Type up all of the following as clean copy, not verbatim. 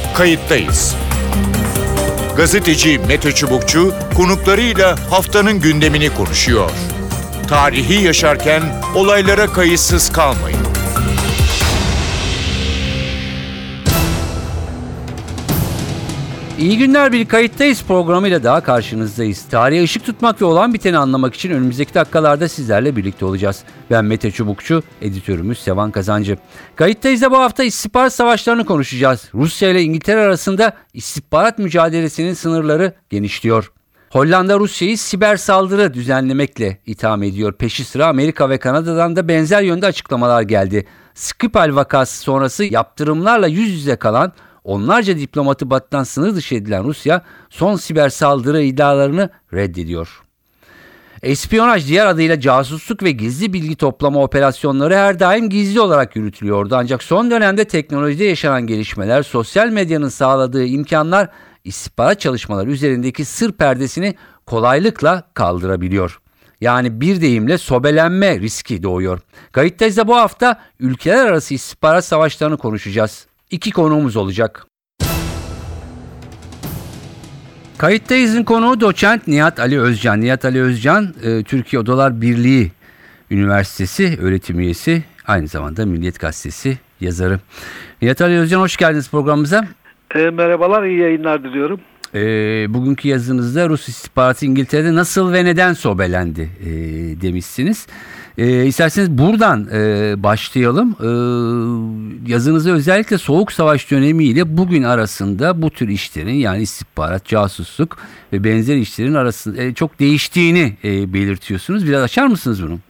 Kayıttayız. Gazeteci Mete Çubukçu konuklarıyla haftanın gündemini konuşuyor. Tarihi yaşarken olaylara kayıtsız kalmayın. İyi günler, bir Kayıttayız programıyla daha karşınızdayız. Tarihe ışık tutmak ve olan biteni anlamak için önümüzdeki dakikalarda sizlerle birlikte olacağız. Ben Mete Çubukçu, editörümüz Sevan Kazancı. Kayıttayız'da bu hafta istihbarat savaşlarını konuşacağız. Rusya ile İngiltere arasında istihbarat mücadelesinin sınırları genişliyor. Hollanda Rusya'yı siber saldırı düzenlemekle itham ediyor. Peşi sıra Amerika ve Kanada'dan da benzer yönde açıklamalar geldi. Skripal vakası sonrası yaptırımlarla yüz yüze kalan onlarca diplomatı batıdan sınır dışı edilen Rusya son siber saldırı iddialarını reddediyor. Espiyonaj, diğer adıyla casusluk ve gizli bilgi toplama operasyonları her daim gizli olarak yürütülüyordu. Ancak son dönemde teknolojide yaşanan gelişmeler, sosyal medyanın sağladığı imkanlar istihbarat çalışmaları üzerindeki sır perdesini kolaylıkla kaldırabiliyor. Yani bir deyimle sobelenme riski doğuyor. Kayıttayız'da bu hafta ülkeler arası istihbarat savaşlarını konuşacağız. İki konuğumuz olacak. Kayıttayız'ın konuğu doçent Nihat Ali Özcan. Nihat Ali Özcan, Türkiye Odalar Birliği Üniversitesi öğretim üyesi, aynı zamanda Milliyet Gazetesi yazarı. Nihat Ali Özcan, hoş geldiniz programımıza. Merhabalar, iyi yayınlar diliyorum. Bugünkü yazınızda Rus istihbaratı İngiltere'de nasıl ve neden sobelendi demişsiniz. İsterseniz buradan başlayalım. Yazınızda özellikle Soğuk Savaş dönemiyle bugün arasında bu tür işlerin, yani istihbarat, casusluk ve benzer işlerin arasında çok değiştiğini belirtiyorsunuz. Biraz açar mısınız bunu?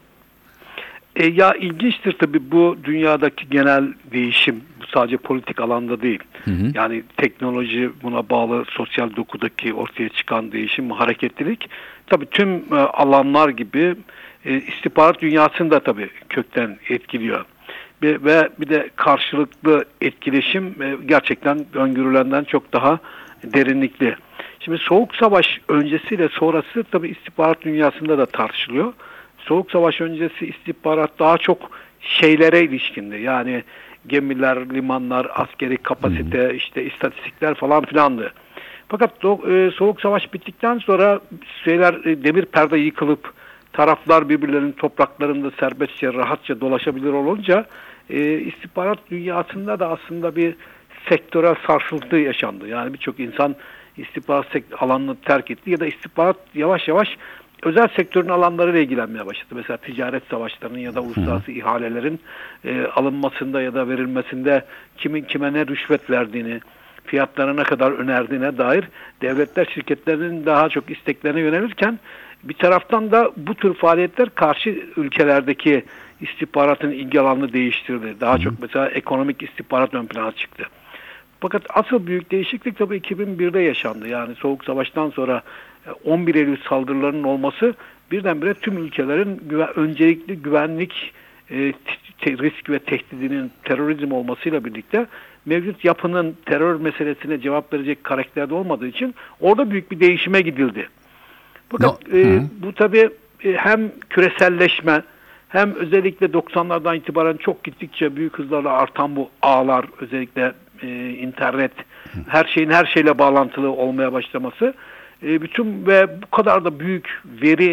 Ya ilginçtir tabii bu dünyadaki genel değişim. Bu sadece politik alanda değil. Hı hı. Yani teknoloji, buna bağlı sosyal dokudaki ortaya çıkan değişim, hareketlilik tabii tüm alanlar gibi istihbarat dünyasını da tabii kökten etkiliyor. Ve bir de karşılıklı etkileşim gerçekten öngörülenden çok daha derinlikli. Şimdi Soğuk Savaş öncesiyle sonrası tabii istihbarat dünyasında da tartışılıyor. Soğuk Savaş öncesi istihbarat daha çok şeylere ilişkindi. Yani gemiler, limanlar, askeri kapasite, işte istatistikler falan filandı. Fakat Soğuk Savaş bittikten sonra demir perde yıkılıp taraflar birbirlerinin topraklarında serbestçe, rahatça dolaşabilir olunca istihbarat dünyasında da aslında bir sektörel sarsıntı yaşandı. Yani birçok insan istihbarat alanını terk etti ya da istihbarat yavaş yavaş özel sektörün alanlarıyla ilgilenmeye başladı. Mesela ticaret savaşlarının ya da uluslararası ihalelerin alınmasında ya da verilmesinde kimin kime ne rüşvet verdiğini, fiyatlarına ne kadar önerdiğine dair devletler şirketlerinin daha çok isteklerine yönelirken bir taraftan da bu tür faaliyetler karşı ülkelerdeki istihbaratın ilgi alanını değiştirdi. Daha çok mesela ekonomik istihbarat ön plana çıktı. Fakat asıl büyük değişiklik tabii 2001'de yaşandı. Yani Soğuk Savaş'tan sonra 11 Eylül saldırılarının olması birdenbire tüm ülkelerin öncelikli güvenlik risk ve tehdidinin terörizm olmasıyla birlikte mevcut yapının terör meselesine cevap verecek karakterde olmadığı için orada büyük bir değişime gidildi. Fakat bu tabii hem küreselleşme hem özellikle 90'lardan itibaren çok gittikçe büyük hızlarla artan bu ağlar, özellikle internet, her şeyin her şeyle bağlantılı olmaya başlaması, bütün ve bu kadar da büyük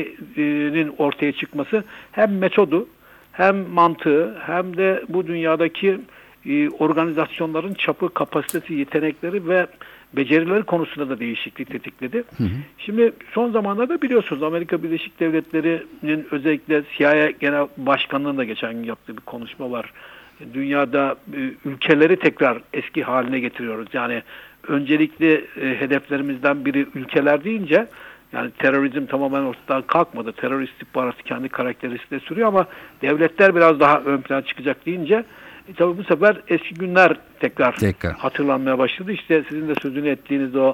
verinin ortaya çıkması hem metodu hem mantığı hem de bu dünyadaki organizasyonların çapı, kapasitesi, yetenekleri ve becerileri konusunda da değişiklik tetikledi. Hı hı. Şimdi son zamanlarda biliyorsunuz Amerika Birleşik Devletleri'nin özellikle CIA Genel Başkanlığı'nda geçen gün yaptığı bir konuşma var. Dünyada ülkeleri tekrar eski haline getiriyoruz. Yani öncelikli hedeflerimizden biri ülkeler deyince, yani terörizm tamamen ortadan kalkmadı. Terör istihbaratı kendi karakterisinde sürüyor ama devletler biraz daha ön plana çıkacak deyince tabii bu sefer eski günler tekrar hatırlanmaya başladı. İşte sizin de sözünü ettiğiniz o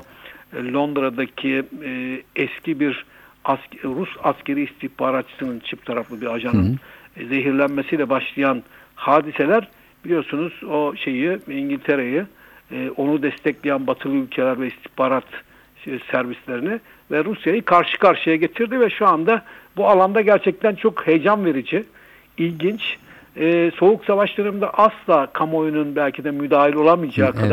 Londra'daki eski bir Rus askeri istihbaratçısının, çift taraflı bir ajanın zehirlenmesiyle başlayan hadiseler, biliyorsunuz o İngiltere'yi, onu destekleyen batılı ülkeler ve istihbarat servislerini ve Rusya'yı karşı karşıya getirdi ve şu anda bu alanda gerçekten çok heyecan verici, ilginç. Soğuk Savaş döneminde asla kamuoyunun belki de müdahil olamayacağı kadar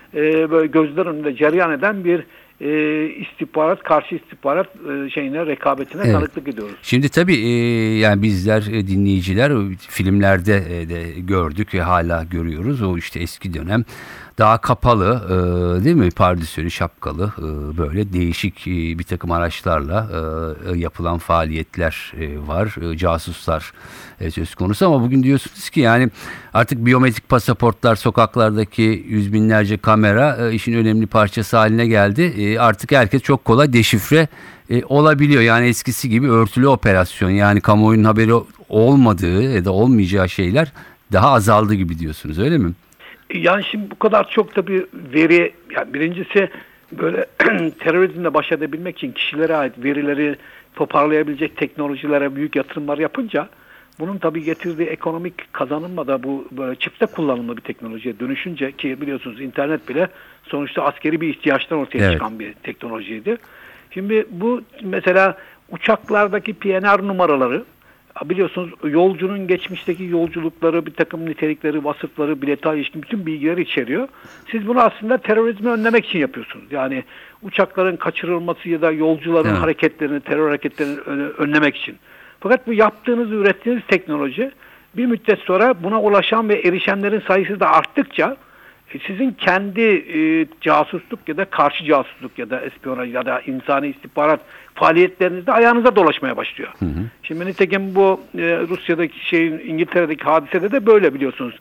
böyle gözler önünde cereyan eden bir istihbarat, karşı istihbarat rekabetine tanıklık ediyoruz. Şimdi tabii yani bizler dinleyiciler filmlerde de gördük ve hala görüyoruz. O işte eski dönem daha kapalı, değil mi? Pardösülü, şapkalı, böyle değişik bir takım araçlarla yapılan faaliyetler var. Casuslar söz konusu ama bugün diyorsunuz ki yani artık biyometrik pasaportlar, sokaklardaki yüz binlerce kamera işin önemli parçası haline geldi. Artık herkes çok kolay deşifre olabiliyor. Yani eskisi gibi örtülü operasyon, yani kamuoyunun haberi olmadığı ya da olmayacağı şeyler daha azaldı gibi diyorsunuz, öyle mi? Yani şimdi bu kadar çok tabii veri, yani birincisi böyle terörizmle baş edebilmek için kişilere ait verileri toparlayabilecek teknolojilere büyük yatırımlar yapınca bunun tabii getirdiği ekonomik kazanımla da bu böyle çifte kullanımlı bir teknolojiye dönüşünce, ki biliyorsunuz internet bile sonuçta askeri bir ihtiyaçtan ortaya çıkan bir teknolojiydi. Şimdi bu mesela uçaklardaki PNR numaraları, biliyorsunuz yolcunun geçmişteki yolculukları, bir takım nitelikleri, vasıfları, bilete ilişkin bütün bilgileri içeriyor. Siz bunu aslında terörizmi önlemek için yapıyorsunuz. Yani uçakların kaçırılması ya da yolcuların hareketlerini, terör hareketlerini önlemek için. Fakat bu yaptığınız, ürettiğiniz teknoloji bir müddet sonra buna ulaşan ve erişenlerin sayısı da arttıkça sizin kendi casusluk ya da karşı casusluk ya da espiyonaj ya da insani istihbarat faaliyetlerinizde ayağınıza dolaşmaya başlıyor. Şimdi nitekim bu Rusya'daki İngiltere'deki hadisede de böyle, biliyorsunuz.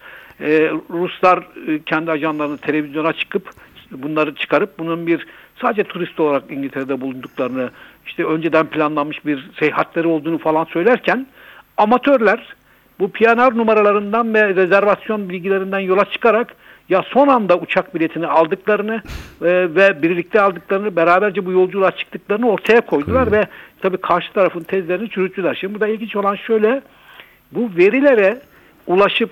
Ruslar kendi ajanlarını televizyona bunları çıkarıp bunun bir sadece turist olarak İngiltere'de bulunduklarını, işte önceden planlanmış bir seyahatleri olduğunu falan söylerken, amatörler bu PNR numaralarından ve rezervasyon bilgilerinden yola çıkarak ya son anda uçak biletini aldıklarını ve birlikte aldıklarını, beraberce bu yolculuğa çıktıklarını ortaya koydular ve tabii karşı tarafın tezlerini çürüttüler. Şimdi burada ilginç olan şöyle, bu verilere ulaşıp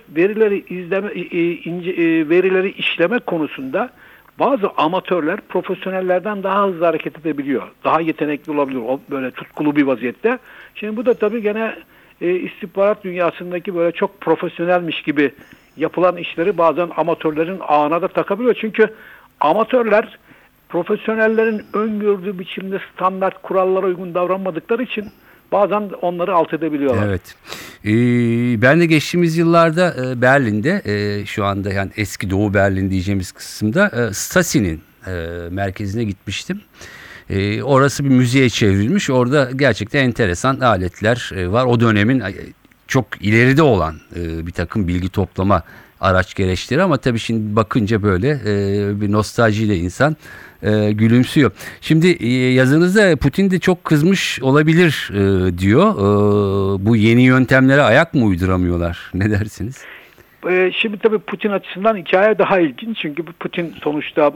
verileri işleme konusunda bazı amatörler profesyonellerden daha hızlı hareket edebiliyor. Daha yetenekli olabiliyor. Böyle tutkulu bir vaziyette. Şimdi bu da tabii gene istihbarat dünyasındaki böyle çok profesyonelmiş gibi yapılan işleri bazen amatörlerin ağına da takabiliyor. Çünkü amatörler profesyonellerin öngördüğü biçimde standart kurallara uygun davranmadıkları için bazen onları alt edebiliyorlar. Evet. Ben de geçtiğimiz yıllarda Berlin'de, şu anda yani eski Doğu Berlin diyeceğimiz kısımda Stasi'nin merkezine gitmiştim. Orası bir müzeye çevrilmiş. Orada gerçekten enteresan aletler var. O dönemin çok ileride olan bir takım bilgi toplama araç gereçleri, ama tabii şimdi bakınca böyle bir nostaljiyle insan gülümsüyor. Şimdi yazınızda Putin de çok kızmış olabilir diyor. Bu yeni yöntemlere ayak mı uyduramıyorlar? Ne dersiniz? Şimdi tabii Putin açısından hikaye daha ilginç. Çünkü bu Putin sonuçta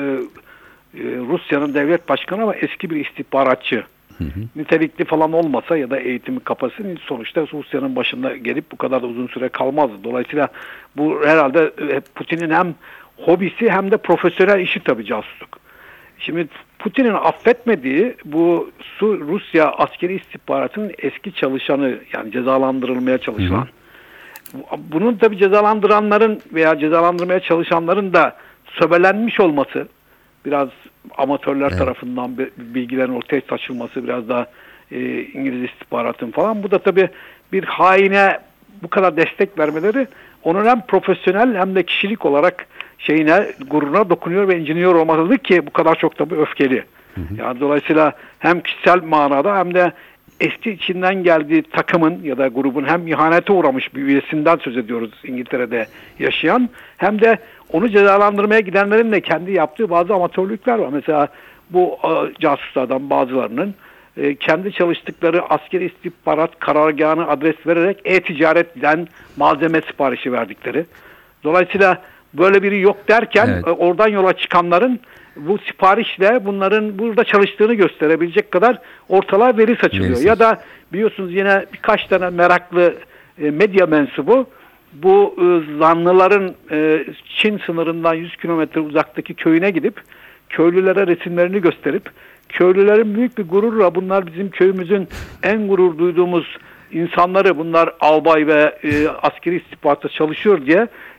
Rusya'nın devlet başkanı ama eski bir istihbaratçı. Nitelikli falan olmasa ya da eğitimi kapasitesi sonuçta Rusya'nın başında gelip bu kadar da uzun süre kalmazdı. Dolayısıyla bu herhalde Putin'in hem hobisi hem de profesyonel işi tabii casusluk. Şimdi Putin'in affetmediği bu Rusya askeri istihbaratının eski çalışanı, yani cezalandırılmaya çalışılan. Bunun tabii cezalandıranların veya cezalandırmaya çalışanların da söbelenmiş olması, biraz amatörler tarafından bilgilerin ortaya saçılması, biraz daha İngiliz istihbaratın falan. Bu da tabii bir haine bu kadar destek vermeleri onun hem profesyonel hem de kişilik olarak gururuna dokunuyor ve inciniyor olmalıdır ki bu kadar çok tabii öfkeli. Yani dolayısıyla hem kişisel manada hem de eski içinden geldiği takımın ya da grubun hem ihanete uğramış bir üyesinden söz ediyoruz İngiltere'de yaşayan, hem de onu cezalandırmaya gidenlerin de kendi yaptığı bazı amatörlükler var. Mesela bu casuslardan bazılarının kendi çalıştıkları askeri istihbarat karargahına adres vererek e-ticaretten malzeme siparişi verdikleri. Dolayısıyla böyle biri yok derken oradan yola çıkanların bu siparişle bunların burada çalıştığını gösterebilecek kadar ortalığa veri saçılıyor. Ya da biliyorsunuz yine birkaç tane meraklı medya mensubu bu zanlıların Çin sınırından 100 kilometre uzaktaki köyüne gidip köylülere resimlerini gösterip köylülerin büyük bir gururla bunlar bizim köyümüzün en gurur duyduğumuz insanları, bunlar albay ve askeri istihbaratta çalışıyor diye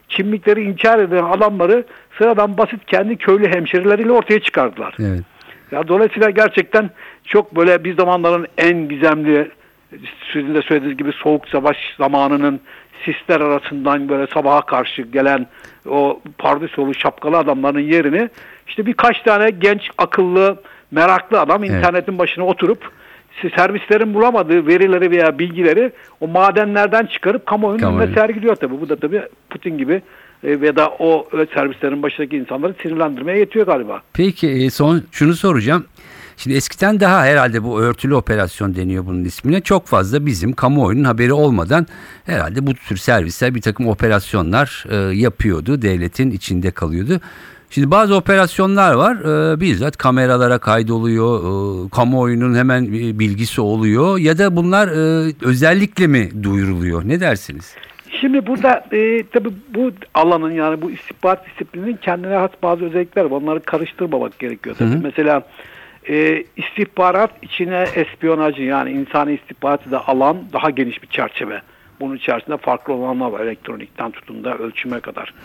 kimlikleri inkar eden adamları sıradan basit kendi köylü hemşerileriyle ortaya çıkardılar. Evet. Ya dolayısıyla gerçekten çok böyle bir zamanların en gizemli, sizin de söylediğiniz gibi soğuk savaş zamanının sisler arasından böyle sabaha karşı gelen o pardesolu şapkalı adamların yerini işte birkaç tane genç, akıllı, meraklı adam internetin başına oturup servislerin bulamadığı verileri veya bilgileri o madenlerden çıkarıp kamuoyunun önüne sergiliyor tabii. Bu da tabii Putin gibi ve da o servislerin başındaki insanları sinirlendirmeye yetiyor galiba. Peki son şunu soracağım. Şimdi eskiden daha herhalde bu örtülü operasyon deniyor bunun ismine. Çok fazla bizim kamuoyunun haberi olmadan herhalde bu tür servisler bir takım operasyonlar yapıyordu. Devletin içinde kalıyordu. Şimdi bazı operasyonlar var bizzat kameralara kaydoluyor, kamuoyunun hemen bilgisi oluyor ya da bunlar özellikle mi duyuruluyor? Ne dersiniz? Şimdi burada tabii bu alanın yani bu istihbarat disiplininin kendine has bazı özellikler var. Onları karıştırmamak gerekiyor. Tabii. Mesela istihbarat içine espiyonajı yani insani istihbaratı da alan daha geniş bir çerçeve. Bunun içerisinde farklı olanlar var. Elektronikten tutun da ölçüme kadar.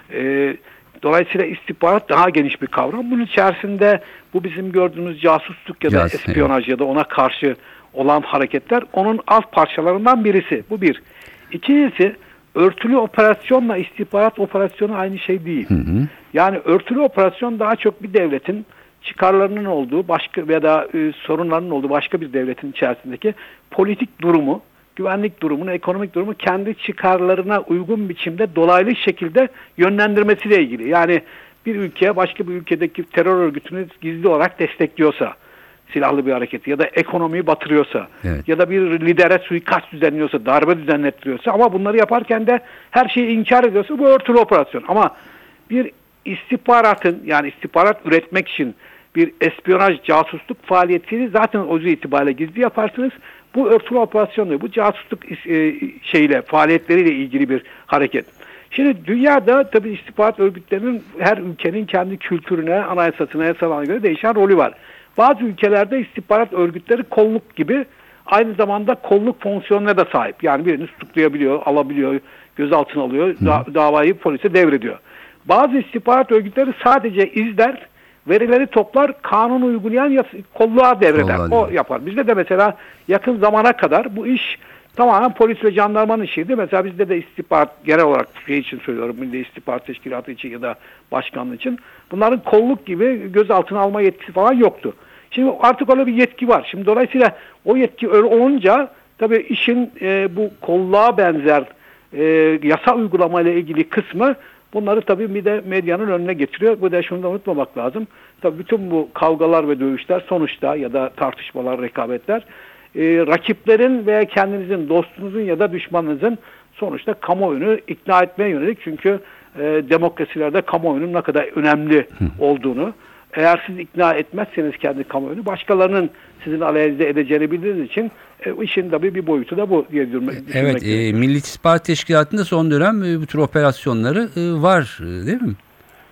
Dolayısıyla istihbarat daha geniş bir kavram. Bunun içerisinde bu bizim gördüğümüz casusluk ya da espiyonaj ya da ona karşı olan hareketler onun alt parçalarından birisi. Bu bir. İkincisi örtülü operasyonla istihbarat operasyonu aynı şey değil. Yani örtülü operasyon daha çok bir devletin çıkarlarının olduğu başka veya da sorunlarının olduğu başka bir devletin içerisindeki politik durumu, güvenlik durumunu, ekonomik durumu kendi çıkarlarına uygun biçimde dolaylı şekilde yönlendirmesiyle ilgili. Yani bir ülke başka bir ülkedeki terör örgütünü gizli olarak destekliyorsa, silahlı bir hareketi ya da ekonomiyi batırıyorsa ya da bir lidere suikast düzenliyorsa, darbe düzenlettiriyorsa ama bunları yaparken de her şeyi inkar ediyorsa bu örtülü operasyon. Ama bir istihbaratın yani istihbarat üretmek için bir espiyonaj, casusluk faaliyetini zaten özü itibariyle gizli yaparsınız. Bu örtülü operasyon değil. Bu casusluk faaliyetleriyle ilgili bir hareket. Şimdi dünyada tabii istihbarat örgütlerinin her ülkenin kendi kültürüne, anayasasına, yasalarına göre değişen rolü var. Bazı ülkelerde istihbarat örgütleri kolluk gibi aynı zamanda kolluk fonksiyonuna da sahip. Yani birini tutuklayabiliyor, alabiliyor, gözaltına alıyor, davayı polise devrediyor. Bazı istihbarat örgütleri sadece izler, verileri toplar, kanunu uygulayan kolluğa devreder. O yapar. Bizde de mesela yakın zamana kadar bu iş tamamen polis ve jandarmanın işiydi. Mesela bizde de istihbarat genel olarak şey için söylüyorum, Milli İstihbarat Teşkilatı için ya da başkanlığı için bunların kolluk gibi gözaltına alma yetkisi falan yoktu. Şimdi artık öyle bir yetki var. Şimdi dolayısıyla o yetki öyle olunca tabii işin bu kolluğa benzer yasa uygulamayla ilgili kısmı bunları tabii bir de medyanın önüne getiriyor. Bu da şunu da unutmamak lazım. Tabii bütün bu kavgalar ve dövüşler sonuçta ya da tartışmalar, rekabetler rakiplerin veya kendinizin, dostunuzun ya da düşmanınızın sonuçta kamuoyunu ikna etmeye yönelik. Çünkü demokrasilerde kamuoyunun ne kadar önemli olduğunu, eğer siz ikna etmezseniz kendi kamuoyunu başkalarının sizin aleyhinize edeceğini bildiğiniz için işin tabii bir boyutu da bu diye düşünmek. Evet, Milli İstihbarat Teşkilatı'nda son dönem bu tür operasyonları var değil mi?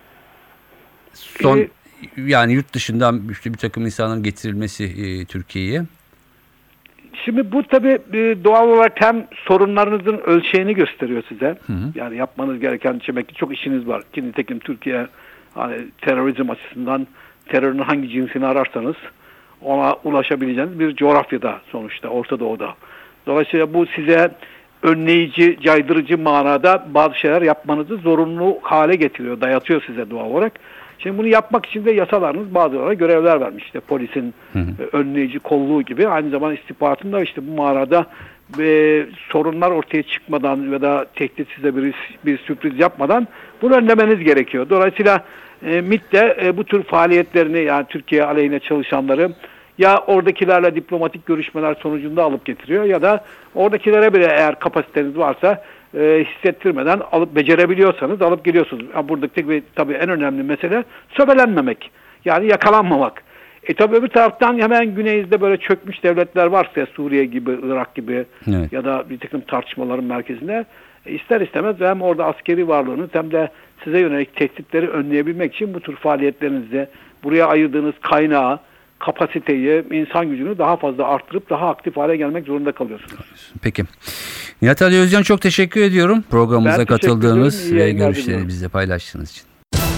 Yani yurt dışından işte bir takım insanların getirilmesi Türkiye'ye. Şimdi bu tabii doğal olarak hem sorunlarınızın ölçeğini gösteriyor size. Yani yapmanız gereken demek ki çok işiniz var. Ki nitekim Türkiye hani terörizm açısından terörün hangi cinsini ararsanız ona ulaşabileceğiniz bir coğrafyada sonuçta Orta Doğu'da. Dolayısıyla bu size önleyici, caydırıcı manada bazı şeyler yapmanızı zorunlu hale getiriyor, dayatıyor size doğal olarak. Şimdi bunu yapmak için de yasalarınız bazılarına görevler vermiş. İşte polisin önleyici kolluğu gibi aynı zamanda istihbaratın da işte bu manada sorunlar ortaya çıkmadan ya da tehdit size bir sürpriz yapmadan bunu önlemeniz gerekiyor. Dolayısıyla MİT de bu tür faaliyetlerini yani Türkiye aleyhine çalışanları ya oradakilerle diplomatik görüşmeler sonucunda alıp getiriyor ya da oradakilere bile eğer kapasiteniz varsa hissettirmeden alıp becerebiliyorsanız alıp geliyorsunuz. Buradaki tabii en önemli mesele söbelenmemek. Yani yakalanmamak. Tabii öbür taraftan hemen güneyizde böyle çökmüş devletler varsa Suriye gibi, Irak gibi ya da bir takım tartışmaların merkezinde ister istemez hem orada askeri varlığınız hem de size yönelik tehditleri önleyebilmek için bu tür faaliyetlerinizde buraya ayırdığınız kaynağı, kapasiteyi, insan gücünü daha fazla arttırıp daha aktif hale gelmek zorunda kalıyorsunuz. Peki. Nihat Ali Özcan, çok teşekkür ediyorum programımıza Ben teşekkür katıldığınız ederim. İyi ve yayınlar görüşleri diliyorum. bizle paylaştığınız için.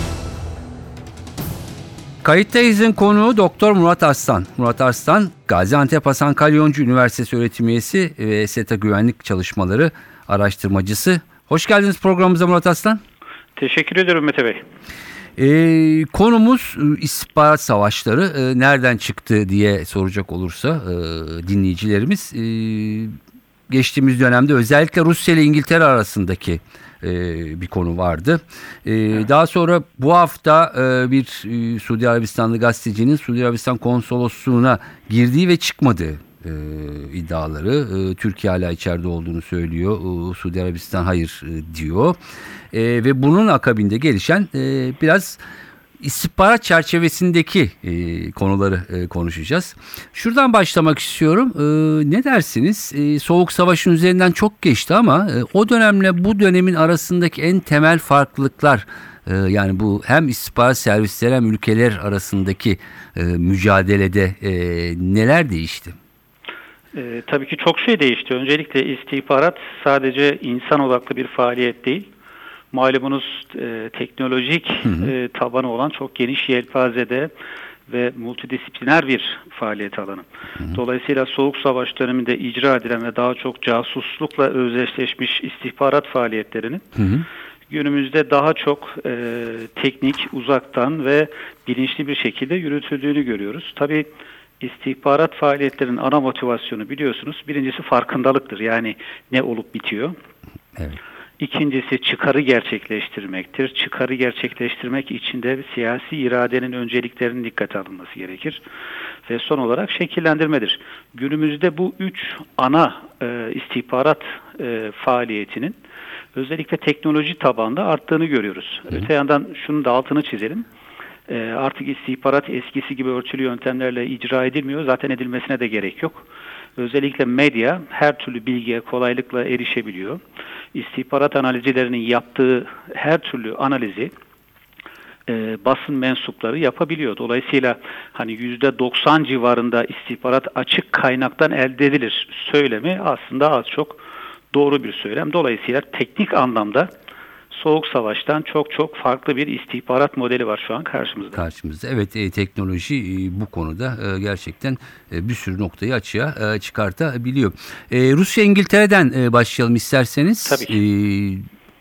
Kayıttayız'ın konuğu Doktor Murat Arslan. Murat Arslan, Gaziantep Hasan Kalyoncu Üniversitesi öğretim üyesi ve SETA güvenlik çalışmaları araştırmacısı. Hoş geldiniz programımıza Murat Arslan. Teşekkür ederim Mete Bey. Konumuz istihbarat savaşları. Nereden çıktı diye soracak olursa dinleyicilerimiz. Geçtiğimiz dönemde özellikle Rusya ile İngiltere arasındaki bir konu vardı. Daha sonra bu hafta bir Suudi Arabistanlı gazetecinin Suudi Arabistan konsolosluğuna girdiği ve çıkmadığı iddiaları. Türkiye hala içeride olduğunu söylüyor. Suudi Arabistan hayır diyor. Ve bunun akabinde gelişen biraz istihbarat çerçevesindeki konuları konuşacağız. Şuradan başlamak istiyorum. Ne dersiniz? Soğuk Savaş'ın üzerinden çok geçti ama o dönemle bu dönemin arasındaki en temel farklılıklar, yani bu hem istihbarat servisleri hem ülkeler arasındaki mücadelede neler değişti? Tabii ki çok şey değişti. Öncelikle istihbarat sadece insan odaklı bir faaliyet değil. Malumunuz teknolojik tabanı olan çok geniş yelpazede ve multidisipliner bir faaliyet alanı. Dolayısıyla Soğuk Savaş döneminde icra edilen ve daha çok casuslukla özdeşleşmiş istihbarat faaliyetlerinin günümüzde daha çok teknik, uzaktan ve bilinçli bir şekilde yürütüldüğünü görüyoruz. Tabii istihbarat faaliyetlerinin ana motivasyonu biliyorsunuz. Birincisi farkındalıktır. Yani ne olup bitiyor. Evet. İkincisi çıkarı gerçekleştirmektir. Çıkarı gerçekleştirmek için de siyasi iradenin önceliklerinin dikkate alınması gerekir. Ve son olarak şekillendirmedir. Günümüzde bu üç ana istihbarat faaliyetinin özellikle teknoloji tabanlı arttığını görüyoruz. Öte yandan şunun da altını çizelim. Artık istihbarat eskisi gibi örtülü yöntemlerle icra edilmiyor. Zaten edilmesine de gerek yok. Özellikle medya her türlü bilgiye kolaylıkla erişebiliyor. İstihbarat analizcilerinin yaptığı her türlü analizi basın mensupları yapabiliyor. Dolayısıyla hani %90 civarında istihbarat açık kaynaktan elde edilir söylemi aslında az çok doğru bir söylem. Dolayısıyla teknik anlamda Soğuk Savaş'tan çok farklı bir istihbarat modeli var şu an karşımızda. Evet, teknoloji bu konuda gerçekten bir sürü noktayı açığa çıkartabiliyor. Rusya İngiltere'den başlayalım isterseniz. Tabii ki.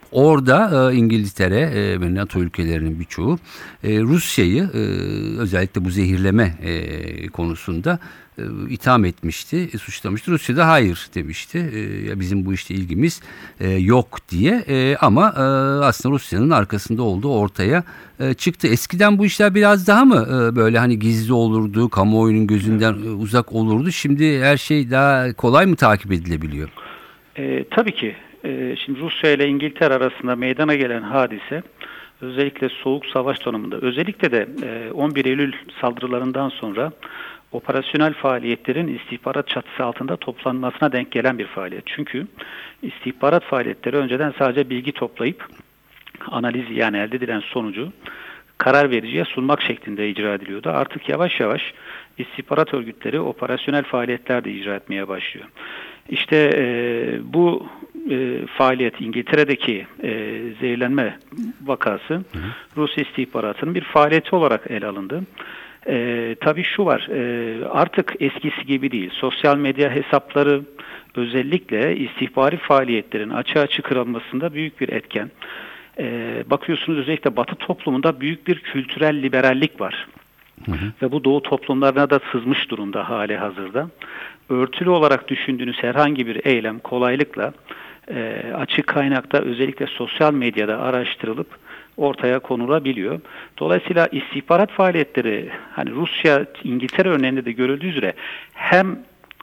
Orada İngiltere ve NATO ülkelerinin birçoğu Rusya'yı özellikle bu zehirleme konusunda itham etmişti, suçlamıştı. Rusya da hayır demişti. Bizim bu işte ilgimiz yok diye. Ama aslında Rusya'nın arkasında olduğu ortaya çıktı. Eskiden bu işler biraz daha mı böyle hani gizli olurdu, kamuoyunun gözünden uzak olurdu? Şimdi her şey daha kolay mı takip edilebiliyor? Tabii ki. Şimdi Rusya ile İngiltere arasında meydana gelen hadise özellikle Soğuk Savaş döneminde, özellikle de 11 Eylül saldırılarından sonra operasyonel faaliyetlerin istihbarat çatısı altında toplanmasına denk gelen bir faaliyet. Çünkü istihbarat faaliyetleri önceden sadece bilgi toplayıp analiz, yani elde edilen sonucu karar vericiye sunmak şeklinde icra ediliyordu. Artık yavaş yavaş istihbarat örgütleri operasyonel faaliyetler de icra etmeye başlıyor. İşte bu faaliyet, İngiltere'deki zehirlenme vakası Rus istihbaratının bir faaliyeti olarak ele alındı. Tabii şu var, artık eskisi gibi değil. Sosyal medya hesapları özellikle istihbari faaliyetlerin açığa çıkarılmasında büyük bir etken. Bakıyorsunuz özellikle Batı toplumunda büyük bir kültürel liberallik var. Ve bu Doğu toplumlarına da sızmış durumda hali hazırda. Örtülü olarak düşündüğünüz herhangi bir eylem kolaylıkla açık kaynakta, özellikle sosyal medyada araştırılıp ortaya konulabiliyor. Dolayısıyla istihbarat faaliyetleri hani Rusya, İngiltere örneğinde de görüldüğü üzere hem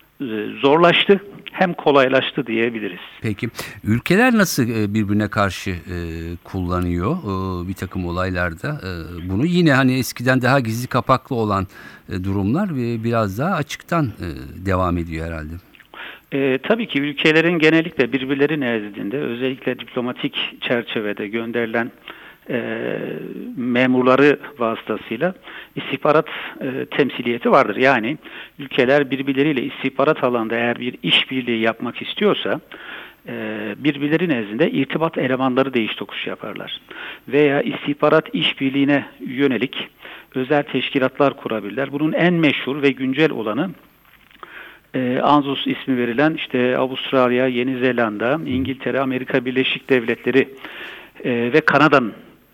zorlaştı hem kolaylaştı diyebiliriz. Peki ülkeler nasıl birbirine karşı kullanıyor bir takım olaylarda bunu? Yine hani eskiden daha gizli kapaklı olan durumlar ve biraz daha açıktan devam ediyor herhalde. Tabii ki ülkelerin genellikle birbirleri nezdinde özellikle diplomatik çerçevede gönderilen memurları vasıtasıyla istihbarat temsiliyeti vardır. Yani ülkeler birbirleriyle istihbarat alanında eğer bir işbirliği yapmak istiyorsa birbirleri nezdinde irtibat elemanları değiş tokuş yaparlar. Veya istihbarat işbirliğine yönelik özel teşkilatlar kurabilirler. Bunun en meşhur ve güncel olanı ANZUS ismi verilen işte Avustralya, Yeni Zelanda, İngiltere, Amerika Birleşik Devletleri ve Kanada'nın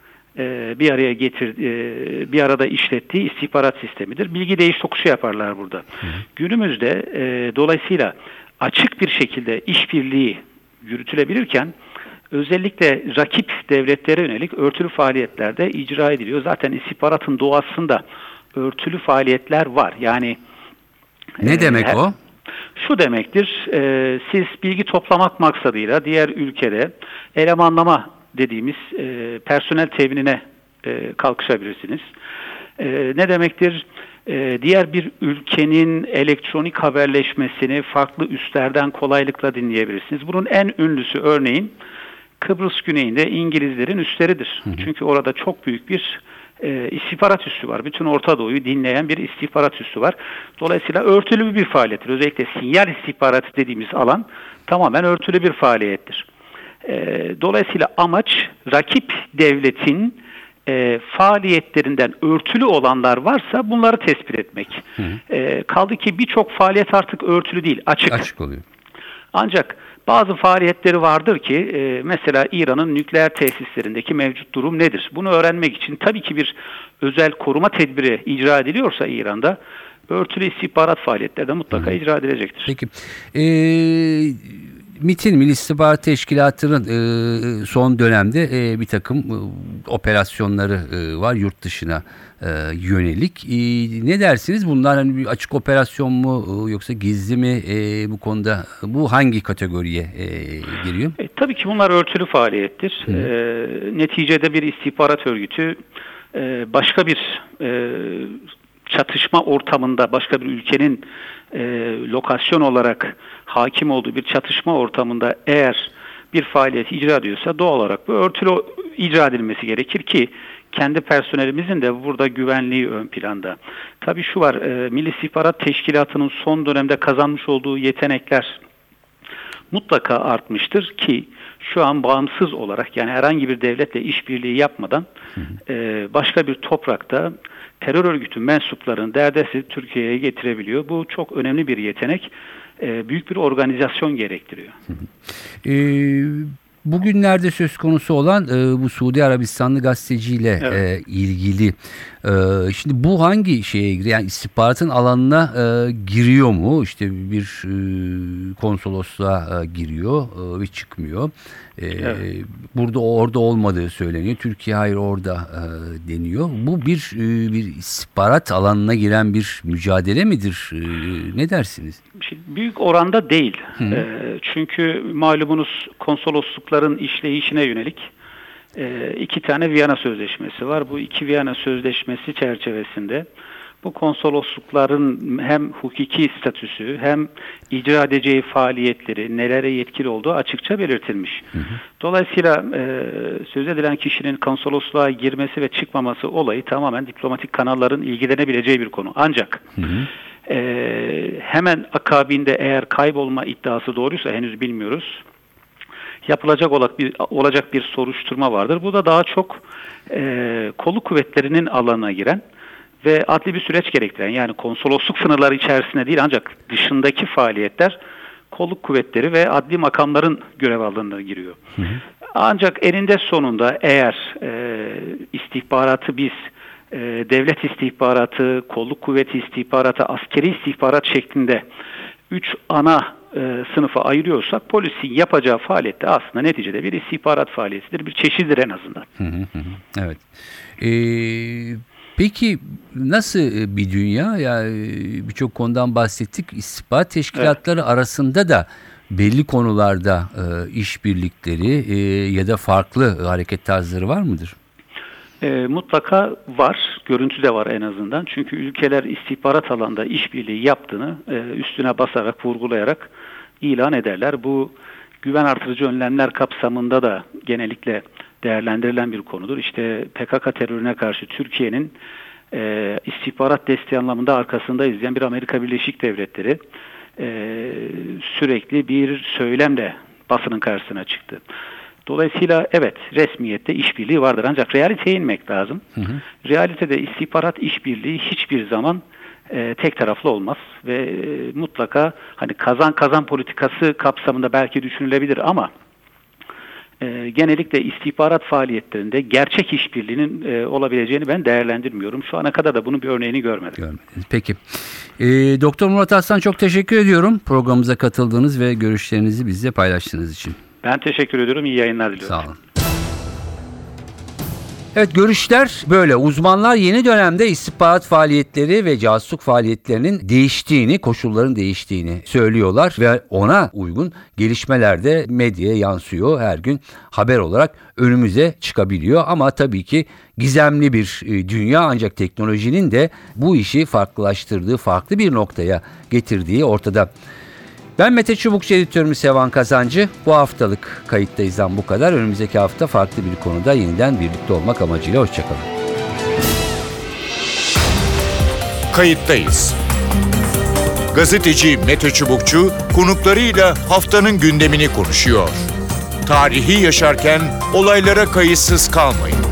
bir arada işlettiği istihbarat sistemidir. Bilgi değiş tokuşu yaparlar burada. Günümüzde dolayısıyla açık bir şekilde işbirliği yürütülebilirken özellikle rakip devletlere yönelik örtülü faaliyetlerde icra ediliyor. Zaten istihbaratın doğasında örtülü faaliyetler var. Yani ne demek o? Şu demektir, siz bilgi toplamak maksadıyla diğer ülkede elemanlama dediğimiz personel teminine kalkışabilirsiniz. Ne demektir? Diğer bir ülkenin elektronik haberleşmesini farklı üslerden kolaylıkla dinleyebilirsiniz. Bunun en ünlüsü örneğin Kıbrıs güneyinde İngilizlerin üsleridir. Çünkü orada çok büyük bir istihbarat üssü var. Bütün Orta Doğu'yu dinleyen bir istihbarat üssü var. Dolayısıyla örtülü bir faaliyettir. Özellikle sinyal istihbaratı dediğimiz alan tamamen örtülü bir faaliyettir. Dolayısıyla amaç rakip devletin faaliyetlerinden örtülü olanlar varsa bunları tespit etmek. Kaldı ki birçok faaliyet artık örtülü değil, açık. Açık oluyor. Ancak bazı faaliyetleri vardır ki mesela İran'ın nükleer tesislerindeki mevcut durum nedir? Bunu öğrenmek için tabii ki bir özel koruma tedbiri icra ediliyorsa İran'da örtülü istihbarat faaliyetleri de mutlaka icra edilecektir. Peki. MİT'in, Milli İstihbarat Teşkilatı'nın son dönemde bir takım operasyonları var yurt dışına yönelik. Ne dersiniz? Bunlar hani bir açık operasyon mu yoksa gizli mi bu konuda? Bu hangi kategoriye giriyor? Tabii ki bunlar örtülü faaliyettir. Neticede bir istihbarat örgütü başka bir çatışma ortamında, başka bir ülkenin lokasyon olarak hakim olduğu bir çatışma ortamında eğer bir faaliyet icra ediyorsa doğal olarak bu örtülü icra edilmesi gerekir ki kendi personelimizin de burada güvenliği ön planda. Tabii şu var, Milli İstihbarat Teşkilatı'nın son dönemde kazanmış olduğu yetenekler mutlaka artmıştır ki şu an bağımsız olarak yani herhangi bir devletle işbirliği yapmadan başka bir toprakta terör örgütü mensuplarını derdesiz Türkiye'ye getirebiliyor. Bu çok önemli bir yetenek. Büyük bir organizasyon gerektiriyor. Bugünlerde söz konusu olan bu Suudi Arabistanlı gazeteciyle ilgili. Şimdi bu hangi şeye giriyor? Yani istihbaratın alanına giriyor mu? İşte bir konsolosluğa giriyor ve çıkmıyor. Burada orada olmadığı söyleniyor. Türkiye hayır orada deniyor. Bu bir istihbarat alanına giren bir mücadele midir? Ne dersiniz? Büyük oranda değil. Çünkü malumunuz konsoloslukların işleyişine yönelik 2 tane Viyana Sözleşmesi var. Bu 2 Viyana Sözleşmesi çerçevesinde bu konsoloslukların hem hukuki statüsü hem icra edeceği faaliyetleri, nelere yetkili olduğu açıkça belirtilmiş. Dolayısıyla söz edilen kişinin konsolosluğa girmesi ve çıkmaması olayı tamamen diplomatik kanalların ilgilenebileceği bir konu. Ancak hemen akabinde eğer kaybolma iddiası doğruysa henüz bilmiyoruz. Yapılacak olacak bir soruşturma vardır. Bu da daha çok kolluk kuvvetlerinin alanına giren ve adli bir süreç gerektiren yani konsolosluk sınırları içerisinde değil ancak dışındaki faaliyetler kolluk kuvvetleri ve adli makamların görev alanına giriyor. Ancak eninde sonunda eğer istihbaratı biz devlet istihbaratı, kolluk kuvveti istihbaratı, askeri istihbarat şeklinde 3 ana sınıfa ayırıyorsak polisin yapacağı faaliyet de aslında neticede bir istihbarat faaliyetidir. Bir çeşididir en azından. Evet. Peki nasıl bir dünya? Yani birçok konudan bahsettik. İstihbarat teşkilatları arasında da belli konularda işbirlikleri ya da farklı hareket tarzları var mıdır? Mutlaka var. Görüntü de var en azından. Çünkü ülkeler istihbarat alanında işbirliği yaptığını üstüne basarak, vurgulayarak ilan ederler. Bu güven artırıcı önlemler kapsamında da genellikle değerlendirilen bir konudur. İşte PKK terörüne karşı Türkiye'nin istihbarat desteği anlamında arkasında izleyen bir Amerika Birleşik Devletleri sürekli bir söylemle basının karşısına çıktı. Dolayısıyla evet, resmiyette işbirliği vardır ancak realiteye inmek lazım. Realitede istihbarat işbirliği hiçbir zaman tek taraflı olmaz ve mutlaka hani kazan politikası kapsamında belki düşünülebilir ama genellikle istihbarat faaliyetlerinde gerçek işbirliğinin olabileceğini ben değerlendirmiyorum. Şu ana kadar da bunun bir örneğini görmedim. Peki. Doktor Murat Aslan, çok teşekkür ediyorum programımıza katıldığınız ve görüşlerinizi bizle paylaştığınız için. Ben teşekkür ediyorum. İyi yayınlar diliyorum. Sağ olun. Evet, görüşler böyle. Uzmanlar yeni dönemde istihbarat faaliyetleri ve casusluk faaliyetlerinin değiştiğini, koşulların değiştiğini söylüyorlar ve ona uygun gelişmeler de medyaya yansıyor. Her gün haber olarak önümüze çıkabiliyor ama tabii ki gizemli bir dünya, ancak teknolojinin de bu işi farklılaştırdığı, farklı bir noktaya getirdiği ortada. Ben Mete Çubukçu, editörümüz Sevan Kazancı. Bu haftalık Kayıttayız'dan bu kadar. Önümüzdeki hafta farklı bir konuda yeniden birlikte olmak amacıyla hoşçakalın. Kayıttayız. Gazeteci Mete Çubukçu konuklarıyla haftanın gündemini konuşuyor. Tarihi yaşarken olaylara kayıtsız kalmayın.